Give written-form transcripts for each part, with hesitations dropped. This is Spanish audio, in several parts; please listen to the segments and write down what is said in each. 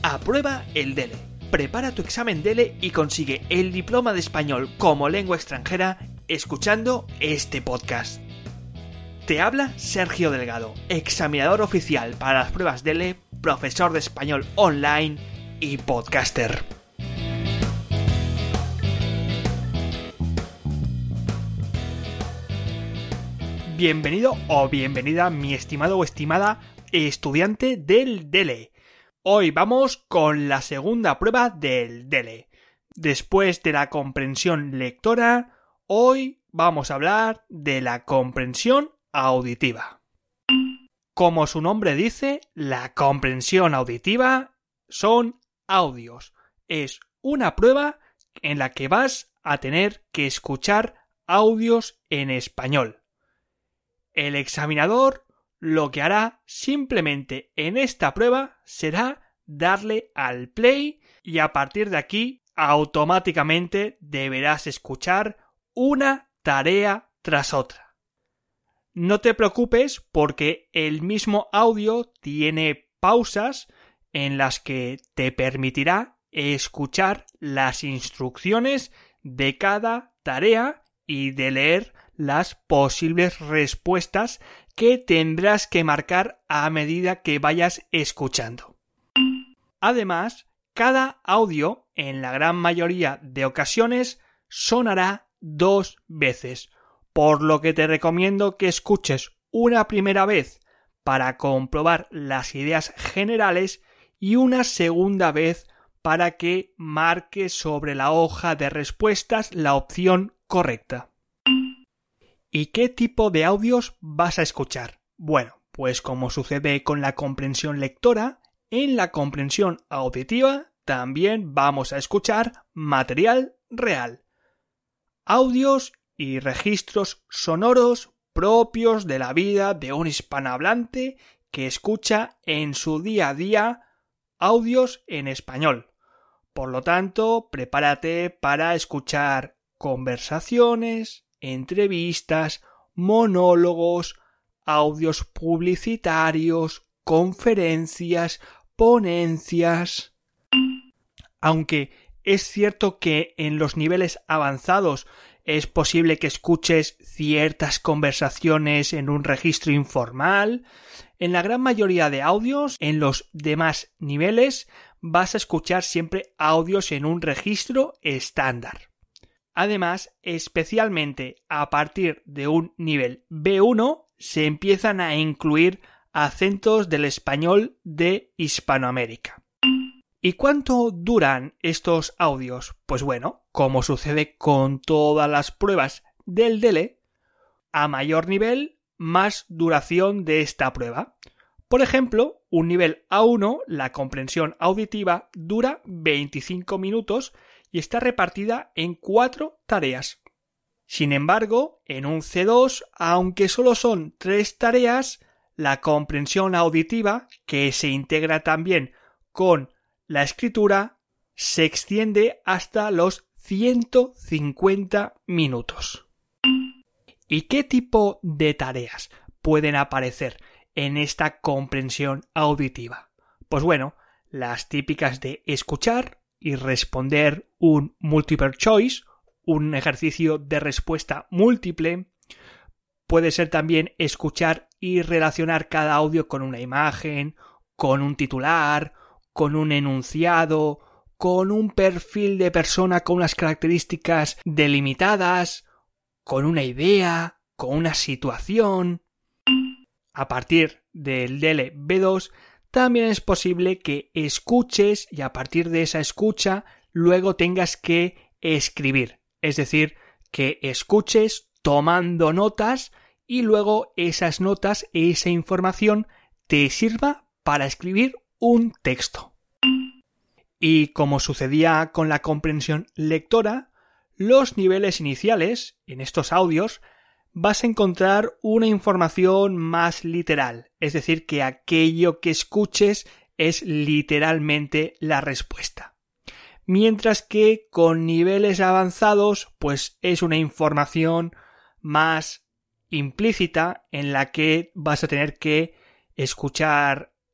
Aprueba el DELE. Prepara tu examen DELE y consigue el diploma de español como lengua extranjera escuchando este podcast. Te habla Sergio Delgado, examinador oficial para las pruebas DELE, profesor de español online y podcaster. Bienvenido o bienvenida, mi estimado o estimada estudiante del DELE. Hoy vamos con la segunda prueba del DELE. Después de la comprensión lectora, hoy vamos a hablar de la comprensión auditiva. Como su nombre dice, la comprensión auditiva son audios. Es una prueba en la que vas a tener que escuchar audios en español. El examinador lo que hará simplemente en esta prueba será darle al play y a partir de aquí automáticamente deberás escuchar una tarea tras otra. No te preocupes porque el mismo audio tiene pausas en las que te permitirá escuchar las instrucciones de cada tarea y de leer las posibles respuestas que tendrás que marcar a medida que vayas escuchando. Además, cada audio, en la gran mayoría de ocasiones, sonará 2 veces, por lo que te recomiendo que escuches una primera vez para comprobar las ideas generales y una segunda vez para que marques sobre la hoja de respuestas la opción correcta. ¿Y qué tipo de audios vas a escuchar? Bueno, pues como sucede con la comprensión lectora, en la comprensión auditiva también vamos a escuchar material real. Audios y registros sonoros propios de la vida de un hispanohablante que escucha en su día a día audios en español. Por lo tanto, prepárate para escuchar conversaciones, entrevistas, monólogos, audios publicitarios, conferencias, ponencias. Aunque es cierto que en los niveles avanzados es posible que escuches ciertas conversaciones en un registro informal, en la gran mayoría de audios, en los demás niveles, vas a escuchar siempre audios en un registro estándar. Además, especialmente a partir de un nivel B1, se empiezan a incluir acentos del español de Hispanoamérica. ¿Y cuánto duran estos audios? Pues bueno, como sucede con todas las pruebas del DELE, a mayor nivel, más duración de esta prueba. Por ejemplo, un nivel A1, la comprensión auditiva, dura 25 minutos y está repartida en 4 tareas. Sin embargo, en un C2, aunque solo son 3 tareas, la comprensión auditiva, que se integra también con la escritura, se extiende hasta los 150 minutos. ¿Y qué tipo de tareas pueden aparecer en esta comprensión auditiva? Pues bueno, las típicas de escuchar y responder un multiple choice, un ejercicio de respuesta múltiple. Puede ser también escuchar y relacionar cada audio con una imagen, con un titular, con un enunciado, con un perfil de persona con unas características delimitadas, con una idea, con una situación. A partir del DELE B2 también es posible que escuches y a partir de esa escucha luego tengas que escribir, es decir, que escuches tomando notas y luego esas notas, esa información te sirva para escribir un texto. Y como sucedía con la comprensión lectora, los niveles iniciales en estos audios vas a encontrar una información más literal, es decir, que aquello que escuches es literalmente la respuesta. Mientras que con niveles avanzados, pues es una información más implícita en la que vas a tener que escuchar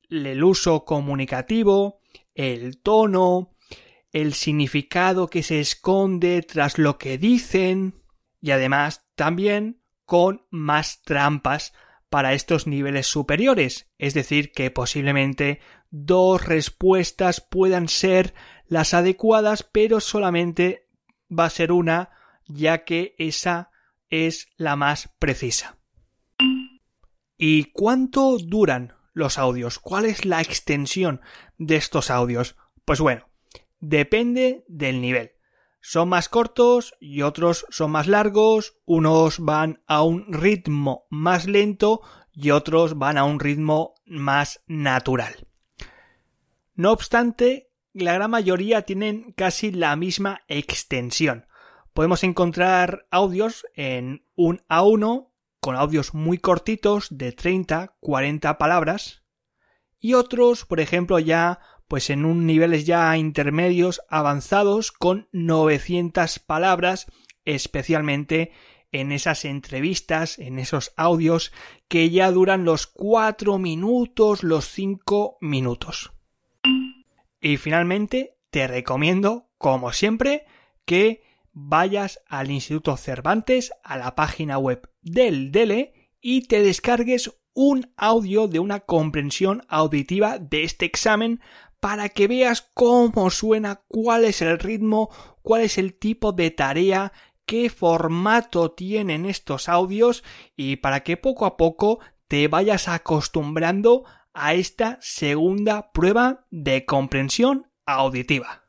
el uso comunicativo, el tono, el significado que se esconde tras lo que dicen y además también con más trampas para estos niveles superiores, es decir, que posiblemente 2 respuestas puedan ser las adecuadas, pero solamente va a ser una, ya que esa es la más precisa. ¿Y cuánto duran los audios? ¿Cuál es la extensión de estos audios? Pues bueno, depende del nivel. Son más cortos y otros son más largos, unos van a un ritmo más lento y otros van a un ritmo más natural. No obstante, la gran mayoría tienen casi la misma extensión. Podemos encontrar audios en 1:1 con audios muy cortitos de 30-40 palabras y otros, por ejemplo, ya pues en un niveles ya intermedios avanzados con 900 palabras, especialmente en esas entrevistas, en esos audios que ya duran los 4 minutos, los 5 minutos. Y finalmente te recomiendo, como siempre, que vayas al Instituto Cervantes, a la página web del DELE y te descargues un audio de una comprensión auditiva de este examen para que veas cómo suena, cuál es el ritmo, cuál es el tipo de tarea, qué formato tienen estos audios y para que poco a poco te vayas acostumbrando a esta segunda prueba de comprensión auditiva.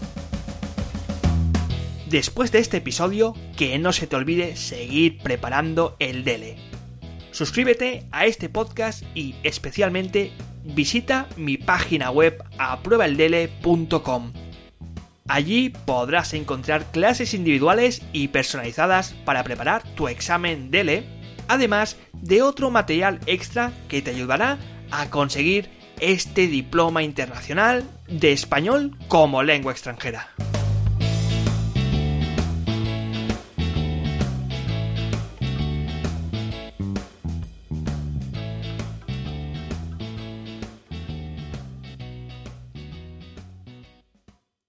Después de este episodio, que no se te olvide seguir preparando el DELE. Suscríbete a este podcast y especialmente visita mi página web apruebaeldele.com. Allí podrás encontrar clases individuales y personalizadas para preparar tu examen DELE, además de otro material extra que te ayudará a conseguir este diploma internacional de español como lengua extranjera.